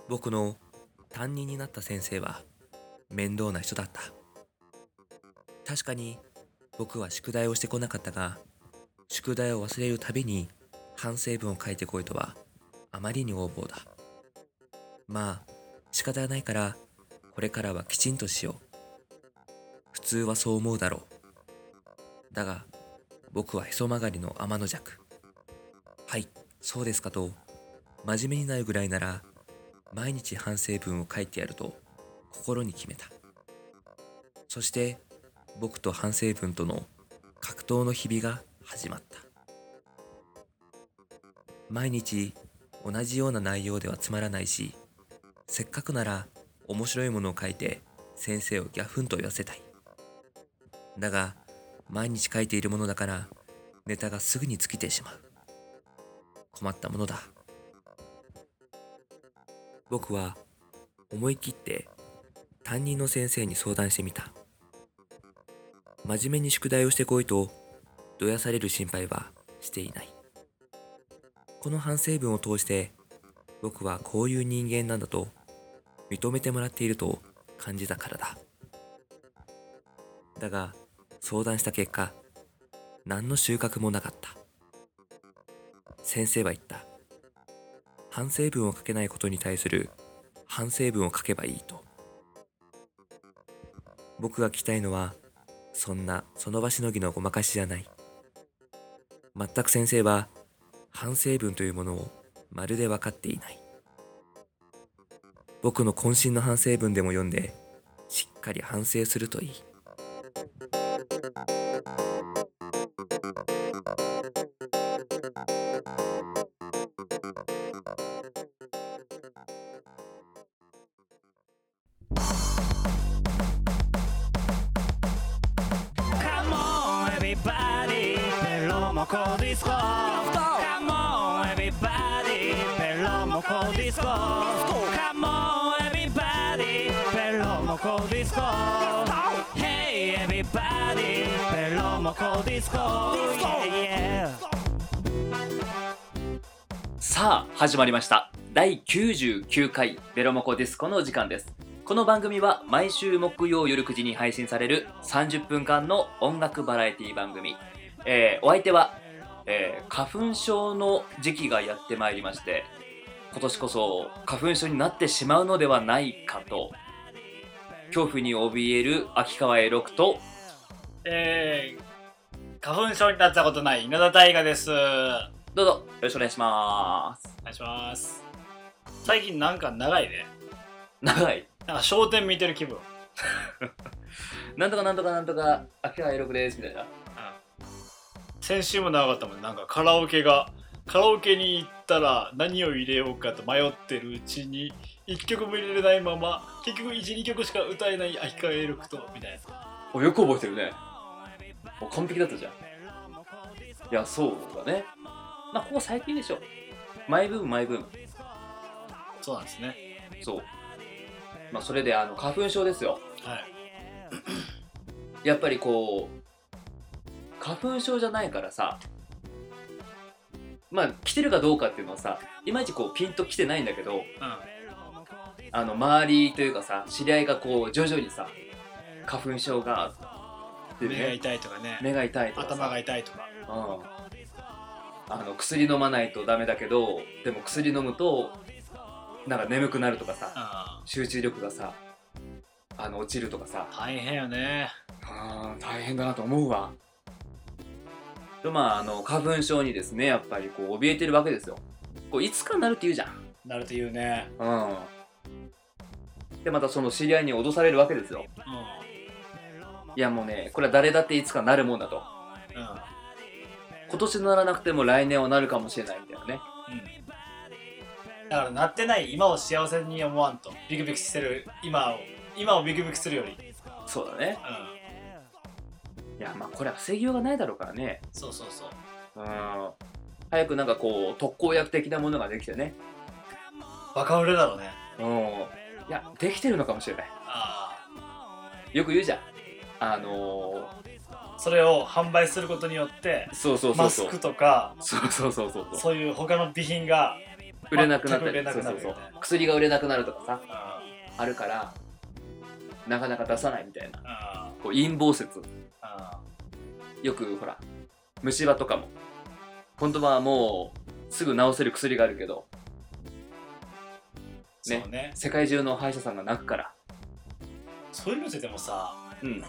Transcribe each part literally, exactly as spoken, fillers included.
僕の担任になった先生は面倒な人だった。確かに僕は宿題をしてこなかったが、宿題を忘れるたびに反省文を書いてこいとはあまりに横暴だ。まあ仕方ないから、これからはきちんとしよう。普通はそう思うだろう。だが僕はへそ曲がりの天の弱。はい、そうですかと真面目になるぐらいなら毎日反省文を書いてやると心に決めた。そして僕と反省文との格闘の日々が始まった。毎日同じような内容ではつまらないし、せっかくなら面白いものを書いて先生をギャフンと言わせたい。だが毎日書いているものだからネタがすぐに尽きてしまう。困ったものだ。僕は思い切って担任の先生に相談してみた。真面目に宿題をしてこいとどやされる心配はしていない。この反省文を通して僕はこういう人間なんだと認めてもらっていると感じたからだ。だが相談した結果、何の収穫もなかった。先生は言った。反省文を書けないことに対する反省文を書けばいいと。僕が聞きたいのはそんなその場しのぎのごまかしじゃない。全く先生は反省文というものをまるで分かっていない。僕の渾身の反省文でも読んでしっかり反省するといい。 ベロモコディスコ Come on everybody ベロモコディスコ Come on everybody ベロモコディスコ Hey everybody ベロモコディスコ Yeah, yeah. さあ始まりました。だいきゅうじゅうきゅうかいベロモコディスコの時間です。この番組は毎週木曜夜くじに配信されるさんじゅっぷんかんの音楽バラエティ番組。えー、お相手は、えー、花粉症の時期がやってまいりまして、今年こそ花粉症になってしまうのではないかと恐怖に怯える秋川栄六と、 えー、花粉症になったことない稲田大我です。おどうぞよろしくお願いします。 願いします。最近なんか長いね。 長い。 なんか焦点見てる気分。 なんとかなんとかなんとか秋川栄六ですみたいな。 先週も長かったもんね。なんかカラオケがカラオケに行ったら何を入れようかと迷ってるうちにいっきょくも入れれないまま結局 いち,に 曲しか歌えない秋川栄六とみたいな。 およく覚えてるね。もう完璧だったじゃん。いやそうだね。まあここ最近でしょ。マイブームマイブーム。 そうなんですね。 そう。まあそれであの花粉症ですよ。 はい。 やっぱりこう花粉症じゃないからさ、まあ来てるかどうかっていうのはさ、いまいちこうピンと来てないんだけど、うん、あの周りというかさ、知り合いがこう徐々にさ、花粉症が、 ね、目が痛いとかね、 目が痛いとか頭が痛いとか、 うん、あの薬飲まないとダメだけど、でも薬飲むとなんか眠くなるとかさ、集中力がさ、あの落ちるとかさ、 大変よね。 あー大変だなと思うわ。とまあ、あの花粉症にですね、やっぱりこう怯えてるわけですよ。こういつかなるって言うじゃん。 なると言うね。 うん。でまたその知り合いに脅されるわけですよ。うん。いやもうね、これは誰だっていつかなるもんだと。うん。今年ならなくても来年はなるかもしれないみたいなね。 うん。だからなってない今を幸せに思わんと、ビクビクしてる今を今をビクビクするより。 そうだね。うん。いやまあこれは防ぎようがないだろうからね。 そうそうそう。 うん。早くなんかこう特効薬的なものができてね。 バカ売れだろうね。 うん。いやできてるのかもしれない。ああ。よく言うじゃん。あのー、それを販売することによって、 そうそうそうそう、 マスクとか、 そうそうそうそう、 そういう他の備品が売れなくなった全く売れり、 なくなるみたいなそうそうそう、薬が売れなくなるとかさああるからなかなか出さないみたいな、 あこう陰謀説、 あよくほら虫歯とかも本当はもうすぐ治せる薬があるけどねそうね。 世界中の歯医者さんが泣くから。 そういうのってでもさ、 うん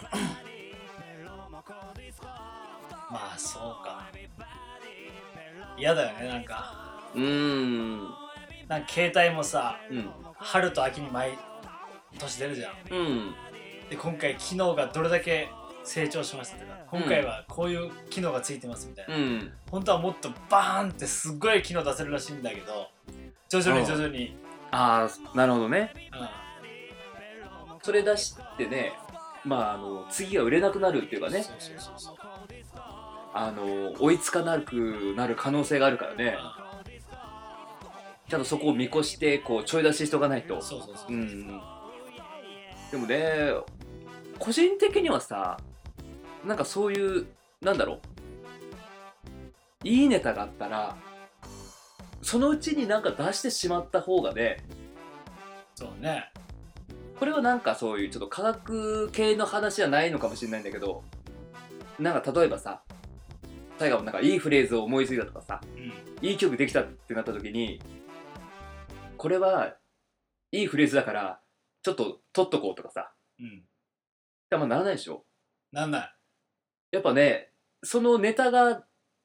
まあそうか。嫌だよね、なんか。 うーんなんか携帯もさ、 うん春と秋に毎年出るじゃん。 うんで、今回機能がどれだけ成長しましたとか、今回はこういう機能がついてますみたいな。 うん本当はもっとバーンってすっごい機能出せるらしいんだけど、徐々に徐々に。 ああなるほどね。 うん。 それ出してね、まああの次が売れなくなるっていうかね、 そうそうそうそう。 あの追いつかなくなる可能性があるからね、ちゃんとそこを見越してこうちょい出ししとかないと。 そうそうそう。 うんでもね個人的にはさ、なんかそういうなんだろう、いいネタがあったらそのうちになんか出してしまった方がね、 そうね。 これはなんかそういうちょっと科学系の話じゃないのかもしれないんだけど、なんか例えばさ、大河もなんかいいフレーズを思いついたとかさ、 うん。 いい曲できたってなった時に、これはいいフレーズだからちょっと取っとこうとかさ、 うん。 あんまならないでしょ。 なんない。 やっぱね、そのネタが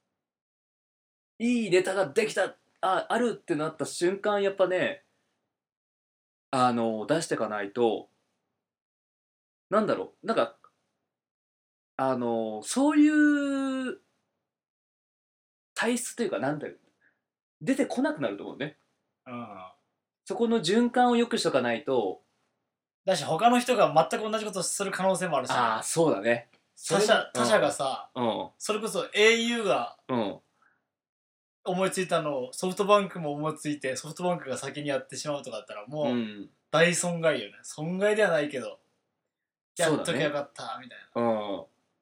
いいネタができた、ああるってなった瞬間、やっぱね、あの出していかないと、なんだろう、なんかあのそういう体質というか、なんだろう、出てこなくなると思うね。 うん。 そこの循環を良くしとかないと。 だし他の人が全く同じことする可能性もあるし、 ああそうだね。 他社他社がさ、 うんそれこそ エーユー がうん思いついたのをソフトバンクも思いついて、ソフトバンクが先にやってしまうとかだったらうもうん大損害よね。損害ではないけど、やっときゃよかったみたいな。 うん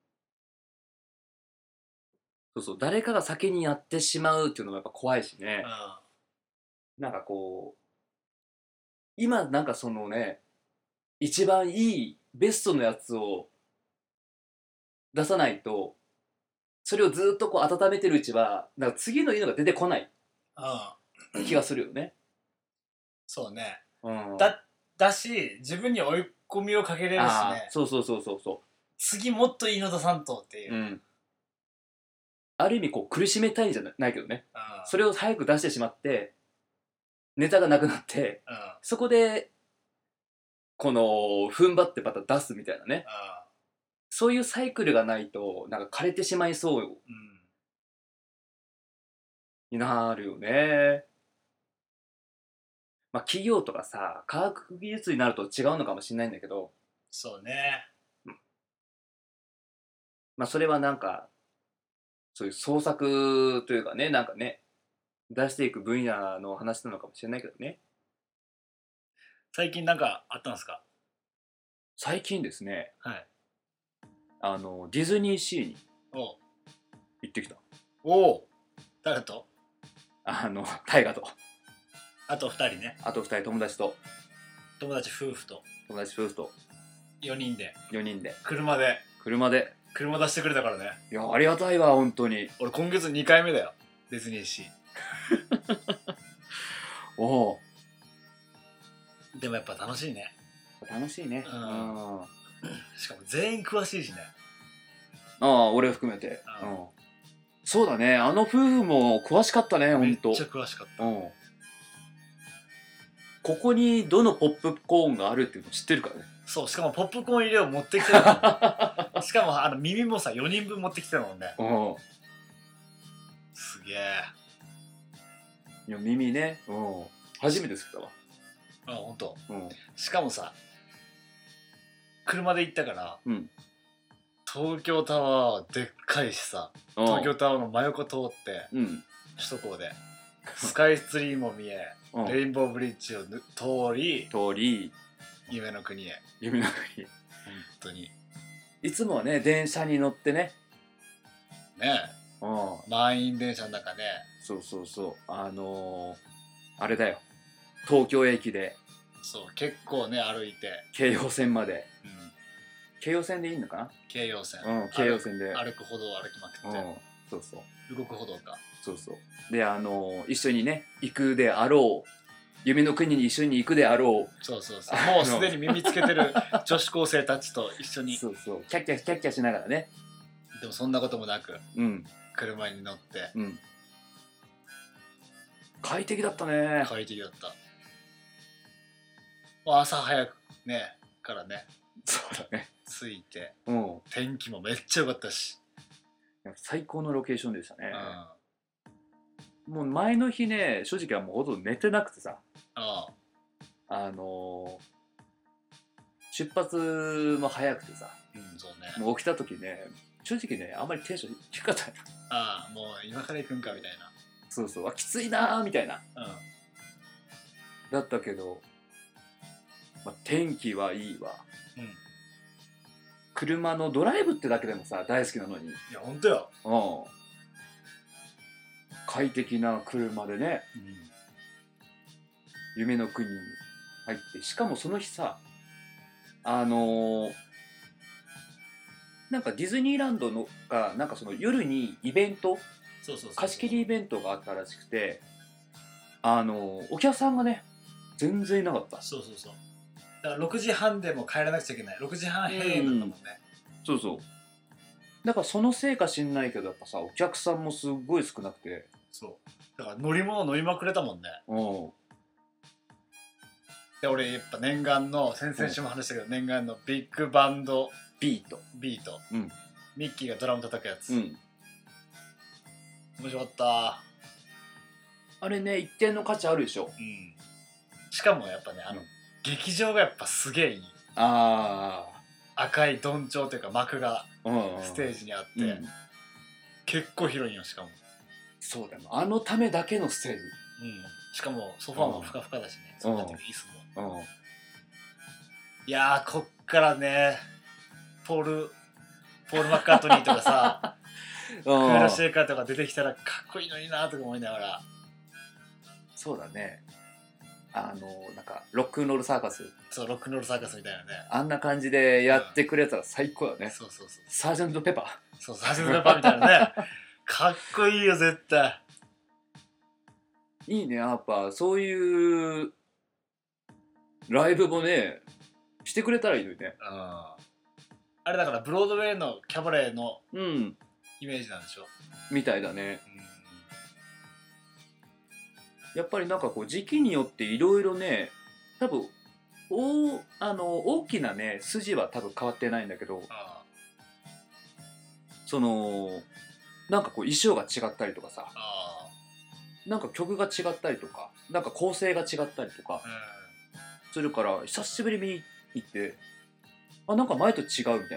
そうそう、誰かが先にやってしまうっていうのもやっぱ怖いしね。なんかこう今なんかそのね、一番いいベストのやつを出さないと、それをずっとこう温めてるうちはなんか次のいいのが出てこないうん。うん。 気がするよね。 そうね。 うん、 だだし自分に追い込みをかけれるしあーね。 そうそうそうそうそ次もっといいの出さんとっていう。 う、ううん。 ん、ある意味こう苦しめたいんじゃないけどね、それを早く出してしまってネタがなくなって、 うん。 そこでこの踏ん張ってまた出すみたいなね、そういうサイクルがないとなんか枯れてしまいそううん。うん。 になるよね。まあ企業とかさ、科学技術になると違うのかもしれないんだけど、 そうね。 まあそれはなんかそういう創作というかね、なんかね出していく分野の話なのかもしれないけどね。 最近なんかあったんですか？ 最近ですね、 はい。 あのディズニーシーにおう行ってきた。 おう誰と？ あの大河と、 あとふたりね。 あとふたり友達と、 友達夫婦と友達夫婦とよにんでよにんで車で車で。 車出してくれたからね。 いやありがたいわ本当に。 俺今月にかいめだよ、ディズニーシー。 おおでもやっぱ楽しいね。 楽しいね。 うんうんあしかも全員詳しいしね。 あ俺含めて、 ううんん、そうだね、あの夫婦も詳しかったねめっ本当。 ちゃ詳しかった。 うんここにどのポップコーンがあるっていうの知ってるからね。 そう、しかもポップコーン入れを持ってきてたの。しかもあの耳もさよにんぶん持ってきてたもんね。 うんすげえ。 いや耳ね、うん、初めて作ったわ。 あ、ほんと。 うんしかもさ車で行ったから、 うん、 東京タワーでっかいしさ、東京タワーの真横通ってうん首都高でスカイツリーも見え、 うんレインボーブリッジをぬ通り通り夢の国へ。 夢の国。 本当にいつもはね電車に乗ってね、 ねうんえ、満員電車の中でそうそうそう、あのあれだよ、東京駅でそう結構ね歩いて、 京葉線まで、 うん、 京葉線でいいのか京葉線、 な、うん、京葉線で、 歩く歩道を歩きまくって、 うん、そうそう動く歩道か。 そうそうで、あの一緒にね行くであろう、夢の国に一緒に行くであろう、 そうそうそう、もうすでに耳つけてる女子高生たちと一緒に。 そうそうキャッキャキャッキャしながらね、 でもそんなこともなくうん車に乗ってうん快適だったね。 快適だった。朝早くねからねそうだね、 着いて、 うん天気もめっちゃ良かったし、 最高のロケーションでしたね。 うん、あもう前の日ね、正直はもうほとんど寝てなくてさ、 ああのー出発も早くてさ、 うんそうね、 もう起きた時ね、正直ね、あんまりテンション低かったよ。 ああもう今から行くんかみたいそうそう、あ、きついなーみたいな。 な。うんだったけど、まあ、天気はいいわ。 うん車のドライブってだけでもさ、大好きなのに。 いやほんとよ、 うん。快適な車でね、 うん、 夢の国に入って、しかもその日さ、あのーなんかディズニーランドのがなんかその夜にイベント、 そうそうそうそう、 貸し切りイベントがあったらしくて、あのーお客さんがね全然いなかった。 そうそうそう、だからろくじはんでも帰らなくちゃいけない、ろくじはん閉園だったもんね、 そうそう。だからそのせいか知んないけど、やっぱさ、お客さんもすっごい少なくて、 そうだから乗り物乗りまくれたもんね。 うんで俺やっぱ念願の、先々週も話したけど、念願のビッグバンドビート、 ビート、 うんミッキーがドラム叩くやつ、 うん、 面白かった。 あれね一定の価値あるでしょ。 うんしかもやっぱね、あの、 うん劇場がやっぱすげえいい。 あ赤いどんちょうというか幕があ、うん、 ステージにあって、 うん、 結構広いんよ。しかも、 そうだよ、あのためだけのステージ。 うん、しかもソファーもふかふかだしね、そんな時椅子も、 うんいやーこっからねポールポール・マッカートニーとかさクール・シェイカーとか出てきたらかっこいいのになとか思いながら。 そうだね、あのなんかロックンロールサーカス、 そうロックンロールサーカスみたいなね。 あんな感じでやってくれたら最高だね、 そうそうそうサージャントペッパそうサージェントペッパーみたいなねかっこいいよ絶対。 ーいいね、やっぱそういうライブもねしてくれたらいいのにね。 うんあれだからブロードウェイのキャバレーのうんイメージなんでしょ。 みたいだね。 うやっぱりなんかこう時期によっていろいろね、多分おあの大きなね筋は多分変わってないんだけど、 あそのなんかこう衣装が違ったりとかさ、 あなんか曲が違ったりとか、なんか構成が違ったりとかあするから、久しぶりに行ってあなんか前と違うみたいな。 うん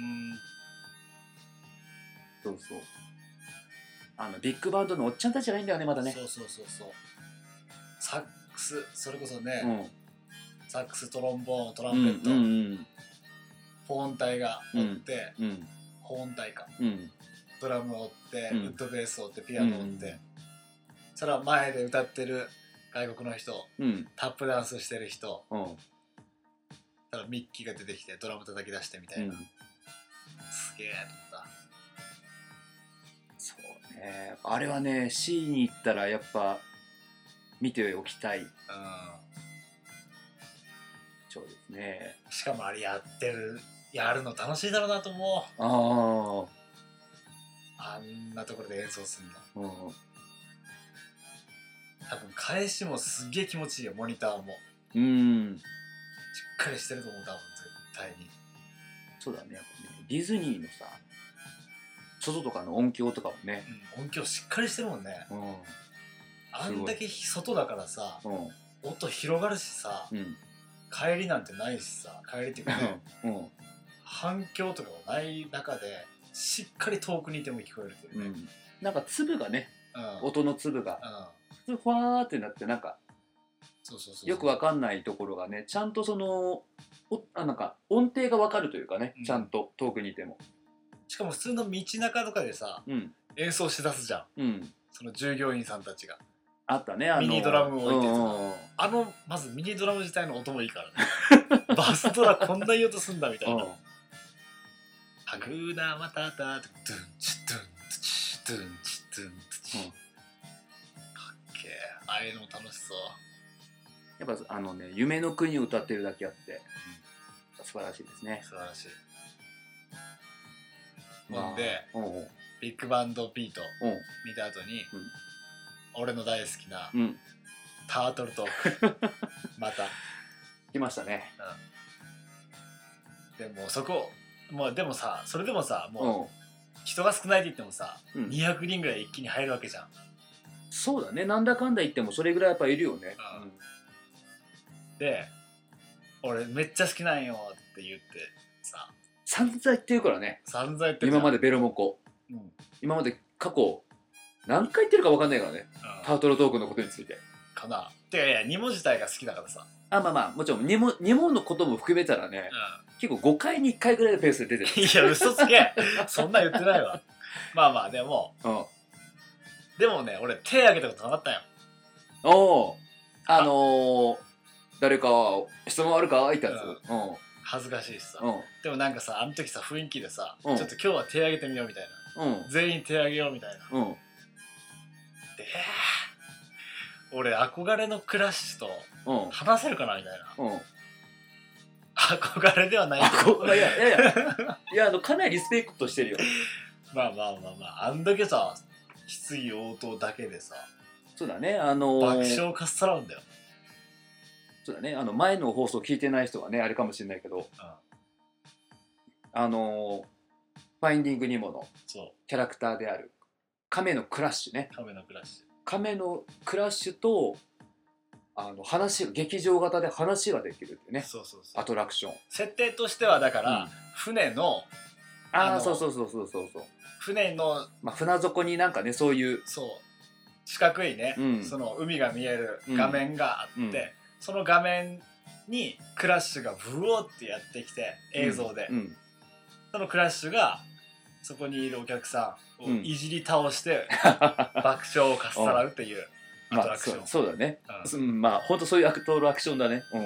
そうそう、あのビッグバンドのおっちゃんたちがいいんだよねまだね。 そうそうそうそう、サックス、それこそね、 うんサックス、トロンボーン、トラうんンペット、 うんホーン隊がおって、 うんうんホーン隊か、 うんドラムを追って、 うんウッドベースを追ってピアノを追って、 うんそれは前で歌ってる外国の人、 うんタップダンスしてる人、 うんただミッキーが出てきてドラム叩き出してみたいな、 うん、 すげえと思っそうね、あれはね C に行ったらやっぱ見ておきたいた。 そうですね。 うん、しかもあれやってるやるの楽しいだろうなと思う。 ああんなところで演奏するのあ、うん多分返しもすげえ気持ちいいよ。モニターもうん、 しっかりしてると思う、多分絶対に。 そうだね、やっぱねディズニーのさ外とかの音響とかもね、 うん、音響しっかりしてるもんね。 うんあんだけ外だからさ、 うん音広がるしさ、 うん帰りなんてないしさ、帰りっていうかねうん反響とかがない中でしっかり遠くにいても聞こえるというね。 うん、なんか粒がね、 うん音の粒がうん、 普通ファーってなってなんかそうそうそうそうよくわかんないところがね、ちゃんとそのおあなんか音程がわかるというかね、 うんちゃんと遠くにいても。 しかも普通の道中とかでさうん演奏しだすじゃん、 うん、 その従業員さんたちが。 あったね、あのミニドラムを置いてさうんうんあのまずミニドラム自体の音もいいからねバスドラこんないい音すんだみたいなうんハグーナマタタドゥンチドゥンチドゥンチドゥンチうんかっけえああいうのも楽しそうやっぱあのね夢の国を歌ってるだけあって、うん、素晴らしいですね。 素晴らしいほんでうんうんビッグバンドビートうん見た後に、俺の大好きなうんタートルトークまた、 来ましたね。 うん、でもそこもうでもさそれでもさうもうん人が少ないって言ってもさ、 うんにひゃくにんぐらい一気に入るわけじゃんそうだね、なんだかんだ言ってもそれぐらいやっぱいるよね。 うんで俺めっちゃ好きなんよって言ってさ散々言ってるからね、 散々言ってるじゃん今までベロモコ、 うんうん今まで過去何回言ってるか分かんないからね、タートルトークのことについて。 かなてかいやに文字自体が好きだからさ、 あ、まあまあもちろんに問に問のことも含めたらね、 う結構ごかいにいっかいぐらいのペースで出てん、いや嘘つけそんな言ってないわまあまあでもる。うんでもね俺手挙げたことなかったよおお、あのー、誰か質問あるかいってやつ。 ううんん恥ずかしいしさ、 うんでもなんかさあの時さ雰囲気でさ、 うんちょっと今日は手挙げてみようみたいなうん全員手挙げようみたいなうんで俺憧れのクラッシュとうん話せるかなみたいなうん。 憧れではないあけどこいやいやいやいやあのかなりリスペクトしてるよ。 まあまあまあまああんだけさ質疑応答だけでさそうだね、あのー、 爆笑かっさらうんだよ、 そうだね、あの前の放送聞いてない人はねあれかもしれないけど、 うん、 あのー、ファインディングニモのそうキャラクターである亀のクラッシュね、 亀のクラッシ亀のクラッシュとあの話が劇場型で話ができるっていうュ、 ね、 そうそうそうアトラクション。 設定としてはだから、 うん船のあああのそうそうそうそうそうそう、 船のまあ、船底になんかねそういう、 そう四角いね、 うんその海が見える画面があって、 うんその画面にクラッシュがブオーってやってきて映像で、 うんそのクラッシュがそこにいるお客さんをうんいじり倒して爆笑をかっさらうっていうアトまあラクション、 そうそうだね、 うんうん、まあ本当そういうアクトアクションだね、うん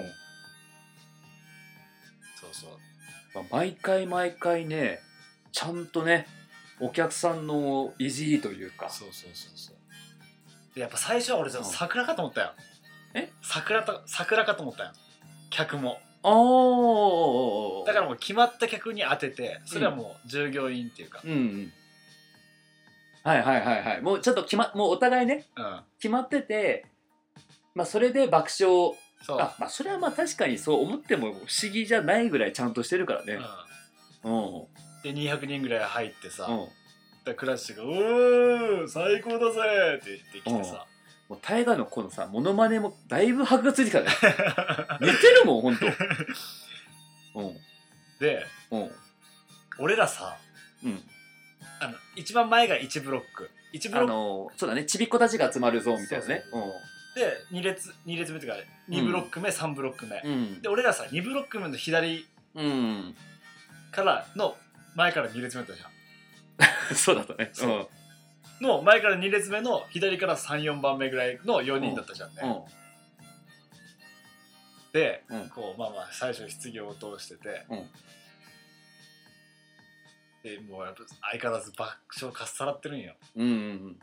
そうそうまあ、毎回毎回ねちゃんとねお客さんのいじりというか、 そうそうそうそうでやっぱ最初は俺ちょっと桜かと思ったよ、 え桜と桜かと思ったよ客もああだからもう決まった客に当ててそれはもう従業員っていうか、 うんうんはいはいはいはい、もうちょっと決まもうお互いねうん、 決まってて、まあそれで爆笑、 そう、 あ、まあそれはまあ確かにそう思っても不思議じゃないぐらいちゃんとしてるからね。 ううんん、でにひゃくにんぐらい入ってさ、 うん。 でクラッシュが「おー最高だぜ!」って言ってきてさ、 もう大河のこのさモノマネもだいぶ箔がついてきたね。似てるもん本当。うんでうん俺らさうん。 あの一番前がいちブロックいちブあロックのー、そうだね、ちびっ子たちが集まるぞみたいなね。 でに列に列目というかにブロック目、さんブロック目、 うんうんで俺らさにブロック目の左うん。 からの前からに列目だったじゃんそうだったね。 そうの前からに列目の左からさんよんばんめぐらいのよにんだったじゃんね、 うんうんで、 うんこうまあまあ最初質疑応答してて、 うんでもうやっぱ相変わらず爆笑かっさらってるんようんうん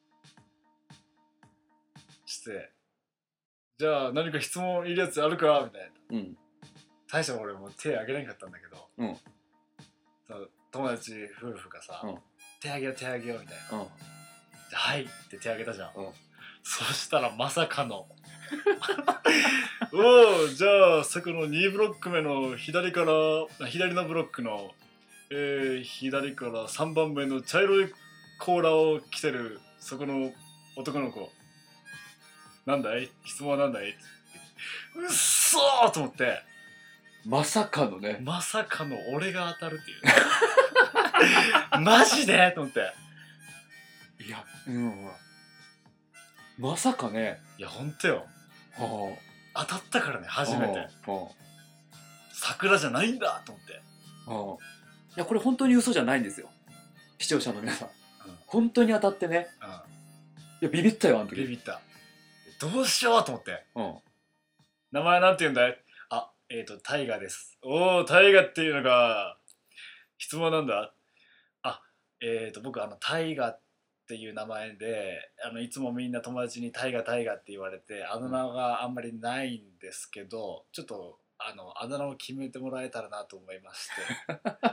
してじゃあ何か質問いるやつあるかみたいなうん最初俺もう手挙げれんかったんだけど、 うんその友達夫婦がさ、 うん手挙げよう手挙げようみたいなうん。 ではいって手挙げたじゃん、 うんそしたらまさかのおおじゃあそこのにブロック目の左から左のブロックの、えー、左からさんばんめの茶色い甲羅を着てるそこの男の子なんだい質問はなんだい、うっそーと思ってまさかのね。 まさかの俺が当たるっていうマジでと思っていや、うん。まさかね。 いやほんとよは当たったからねあ。 初めては桜じゃないんだと思って、 あ。はあ。いや、これ本当に嘘じゃないんですよ。視聴者の皆さん。 うん本当に当たってね。いや、ビビったよ、あの時。 ビビったどうしようと思って、 うん名前なんて言うんだい？あ、えっ、ー、とタイガです。おお、タイガっていうのが質問なんだ。あ、えっ、ー、と僕あのタイガっていう名前で、あのいつもみんな友達にタイガタイガって言われて、あだ名があんまりないんですけど、ちょっとあのあだ名を決めてもらえたらなと思いまして。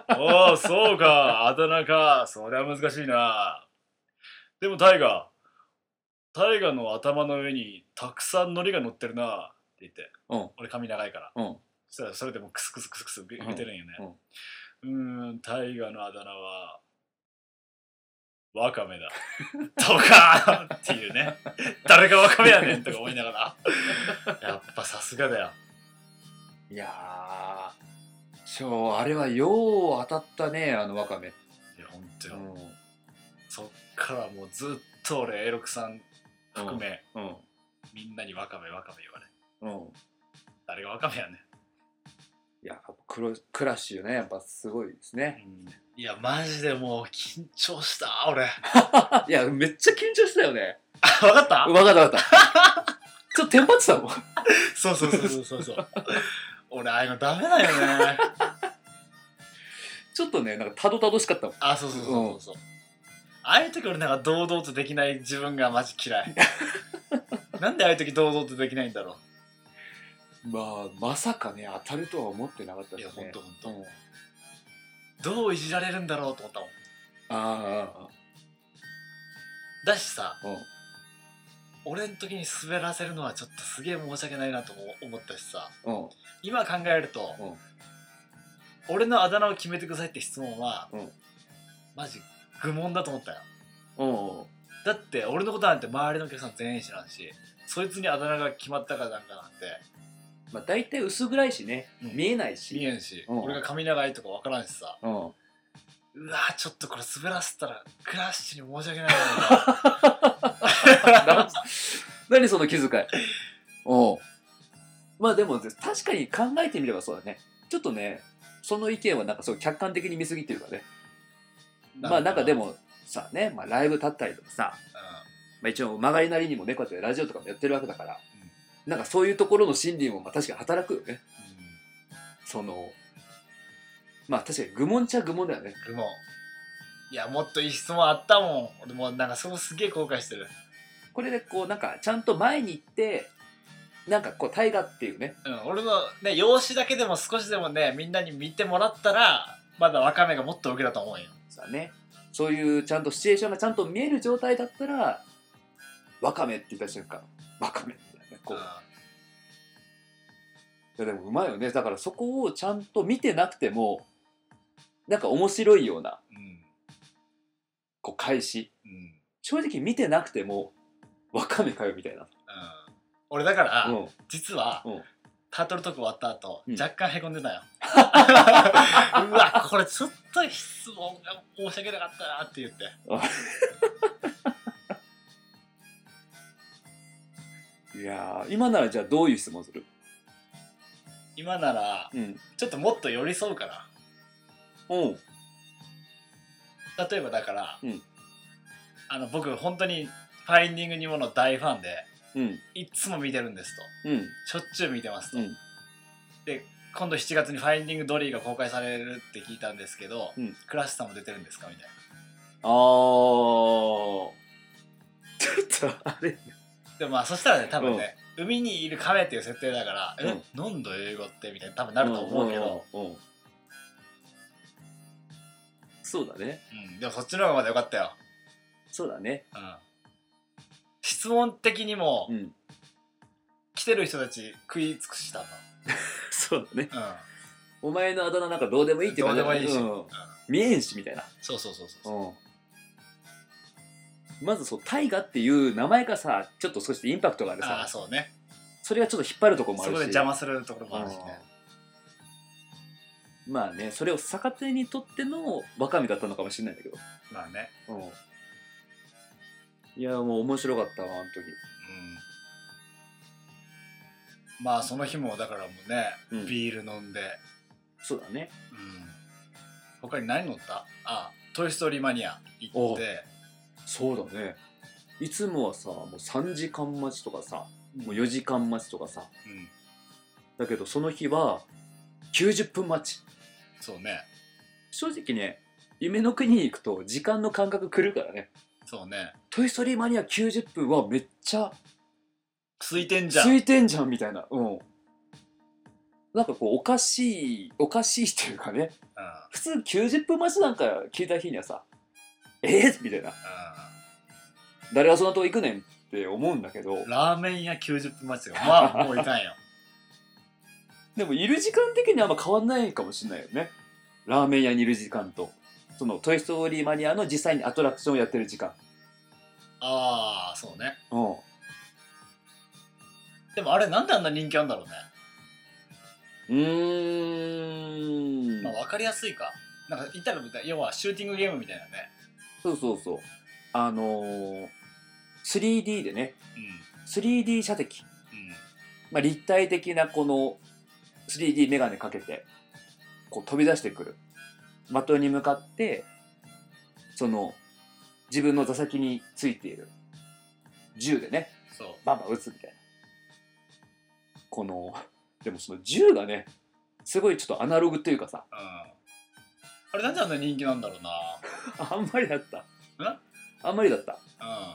おお、そうか、あだ名か、それは難しいな。でもタイガ、タイガの頭の上にたくさん海苔が乗ってるなって言って、 うん俺髪長いから、 うんそしたらそれでもクスクスクスクス言ってるんよね。 うんうーん、タイガのあだ名はワカメだとかっていうね。誰がワカメやねんとか思いながらやっぱさすがだよ。 いやーちょあれはよう当たったね、あのワカメ。 いやほんとよ、 うんそっからもうずっと俺エロクさん含め、 うんみんなにワカメワカメ言われ、 うん誰がワカメやねいやクロクラッシュね、やっぱすごいですね。 ん、うん、いやマジでもう緊張した俺いやめっちゃ緊張したよね。 分かった分かった分かったちょっとテンパってたもん。 そうそうそうそうそうそう俺ああいうのダメだよねちょっとねなんかたどたどしかったもん。 あ、そうそうそうそうそう、うん、ああいう時俺なんか堂々とできない自分がマジ嫌いなんでああいう時堂々とできないんだろう。まあまさかね当たるとは思ってなかったですね。 いやほんとほんと、 うんどういじられるんだろうと思ったもん。 ああだしさ、 うん、 俺の時に滑らせるのはちょっとすげえ申し訳ないなとも思ったしさ、 うん、 今考えると、うん、俺のあだ名を決めてくださいって質問は、うん、マジ愚問だと思ったよ、うん、だって俺のことなんて周りのお客さん全員知らんし、そいつにあだ名が決まったかなんかなんてまあ大体薄暗いしね、うん、見えないし見えんし、うん、俺が髪長いとか分からんしさ、うん、うわちょっとこれ滑らせたらクラッシュに申し訳ないな何その気遣い。おうまあでも確かに考えてみればそうだね。ちょっとねその意見はなんかそう客観的に見すぎっていうかね。まあなんかでもさね、まあ、ライブ立ったりとかさ、うんまあ、一応曲がりなりにもねこうやってラジオとかもやってるわけだから、うん、なんかそういうところの心理もまあ確かに働くよね、うん、そのまあ確かに愚問っちゃ愚問だよね。 愚問。いやもっといい質問あったもん。俺もなんかそこすげえ後悔してる。 これでこうなんかちゃんと前に行ってなんかこう大河っていうね、 うん、俺のね容姿だけでも少しでもねみんなに見てもらったらまだワカメがもっとウケだと思うよ。 そうだね。そういうちゃんとシチュエーションがちゃんと見える状態だったらワカメって言った瞬間ワカメみたいなこう、うん、いやでもうまいよね。だからそこをちゃんと見てなくてもなんか面白いような、うん、こう返し、うん、正直見てなくてもワカメかよみたいな、うん、 俺だから、うん、実は、うん、タートルトーク終わった後、うん、若干へこんでたようわこれちょっと質問が申し訳なかったなって言っていや今ならじゃあどういう質問する？ 今なら、うん、ちょっともっと寄り添うかな。 おう例えばだから、うん、あの僕本当にファインディングニモの大ファンで、うん、いつも見てるんですと、うん、しょっちゅう見てますと、うん、で今度しちがつにファインディングドリーが公開されるって聞いたんですけど、うん、クラッシュさんも出てるんですかみたいな。 あーちょっとあれでもまあそしたらね多分ね、うん、海にいる亀っていう設定だから、うん、えなんだ英語ってみたいな多分なると思うけど、うんうんうん、 そうだね、 うん、でもそっちの方がまだよかったよ。 そうだね、うん、 質問的にも、うん、来てる人たち食い尽くしたんだそうだね、うん、お前のあだ名なんかどうでもいいって感じだね。どうでもいいし、うん、見えんしみたいな。 そうそうそうそう、うんまずそう大河っていう名前がさちょっと少しインパクトがあるさ。 あそうね。 それがちょっと引っ張るところもあるしそこで邪魔するところもあるしね。 まあねそれを逆手にとってのワカメだったのかもしれないんだけどまあね、 うん、いやもう面白かったわあの時、 うん、まあその日もだからもうね、うん、ビール飲んでそうだね、 うん、他に何乗った？あトイストーリーマニア行ってそうだね。いつもはさもうさんじかん待ちとかさもうよじかん待ちとかさ、 うんだけどその日はきゅうじゅっぷん待ち。 そうね正直ね、夢の国に行くと時間の感覚狂うからね。 そうねトイ・ストーリーマニアきゅうじゅっぷんはめっちゃ空いてんじゃん空いてんじゃんみたいな。うんなんかこうおかしいおかしいっていうかね、 うん普通きゅうじゅっぷん待ちなんか聞いた日にはさえー、みたいな、誰がそんなとこ行くねんって思うんだけど、 うんラーメン屋きゅうじゅっぷん待ちがまあもういかんよでもいる時間的にはあんま変わんないかもしれないよね。ラーメン屋にいる時間とそのトイ・ストーリーマニアの実際にアトラクションをやってる時間。 ああそうねうんでもあれなんであんな人気あんだろうねうーん、 まあ分かりやすいかなんか言ったら要はシューティングゲームみたいなねそうそうそうあのー、スリーディー でね スリーディー 射的、 うんまあ、立体的なこの スリーディー メガネかけてこう飛び出してくる的に向かってその自分の座席についている銃でねそうバンバン撃つみたいな。このでもその銃がねすごいちょっとアナログというかさうんあれなんであんな人気なんだろうなあんまりだったんあんまりだったう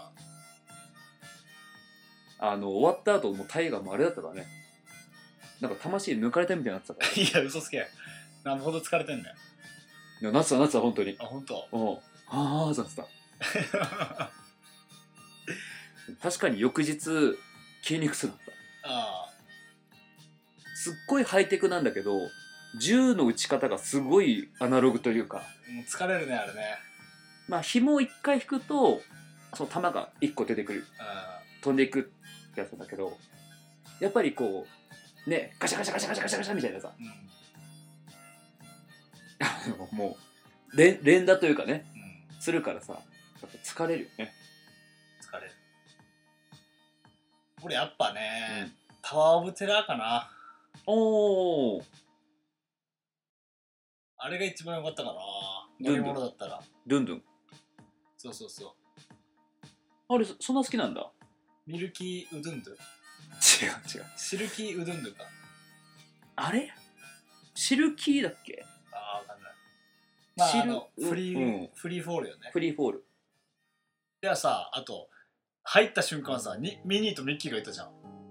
あの終わった後もうタイガーもあれだったからねなんか魂抜かれたみたいになってたからんいや嘘つけなんぼほど疲れてんねんいやなってたなってた本当にあ本当うんああそうなってた確かに翌日筋肉痛だったあすっごいハイテクなんだけど銃の撃ち方がすごいアナログというかあもう疲れるねあれねまあ紐を一回引くとその弾が一個出てくる飛んでいくってやつなんだけどやっぱりこうねガシャガシャガシャガシャガシャガシャみたいなさうんうんあのもう連連打というかねうんするからさやっぱ疲れるよね。 疲れる俺やっぱね、 うんタワーオブテラーかなおおあれが一番良かったかな乗りドゥンドゥン物だったらドゥンドゥンそうそうそうあれ そ, そんな好きなんだ。 ミルキーウドゥンドゥ違う違うシルキーウドゥンドゥかあれシルキーだっけああわかんないまあシルあのフリー、 うんフリーフォールよねフリーフォールではさあと入った瞬間さにミニーとミッキーがいたじゃん、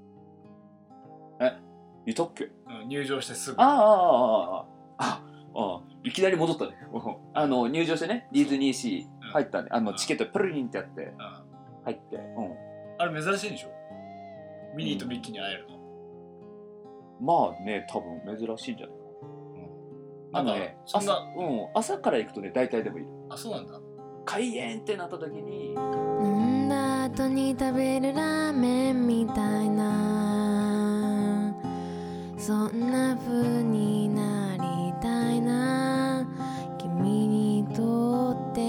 いたっけうん、入場してすぐああああああああいきなり戻ったねあの入場してねディズニーシー入ったねあのチケットプルリンってやってうん、 入ってうんあれ珍しいんでしょミニーとミッキーに会えるの、 まあね多分珍しいんじゃないなんか、 あのねそんな朝、うん、朝から行くとね大体でもいるあそうなんだ開演ってなった時に飲んだ後に食べるラーメンみたいなそんな風になりたいな君にとって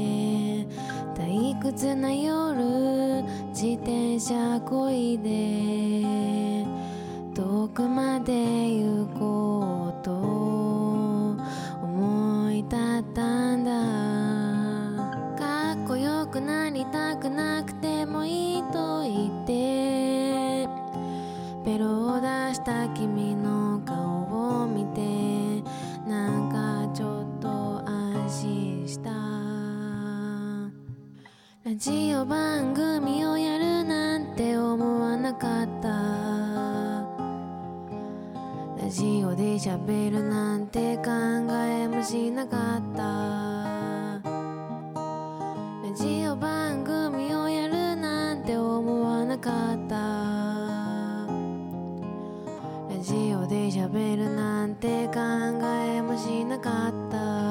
退屈な夜自転車こいで遠くまで行こうと思い立ったんだかっこよくなりたくなくてもいいと言ってベロを出した君の顔を見てなんかちょっと安心したラジオ番組をやるなんて思わなかったラジオで喋るなんて考えもしなかったラジオ番組をやるなんて思わなかったラジオで喋るなんて考えもしなかった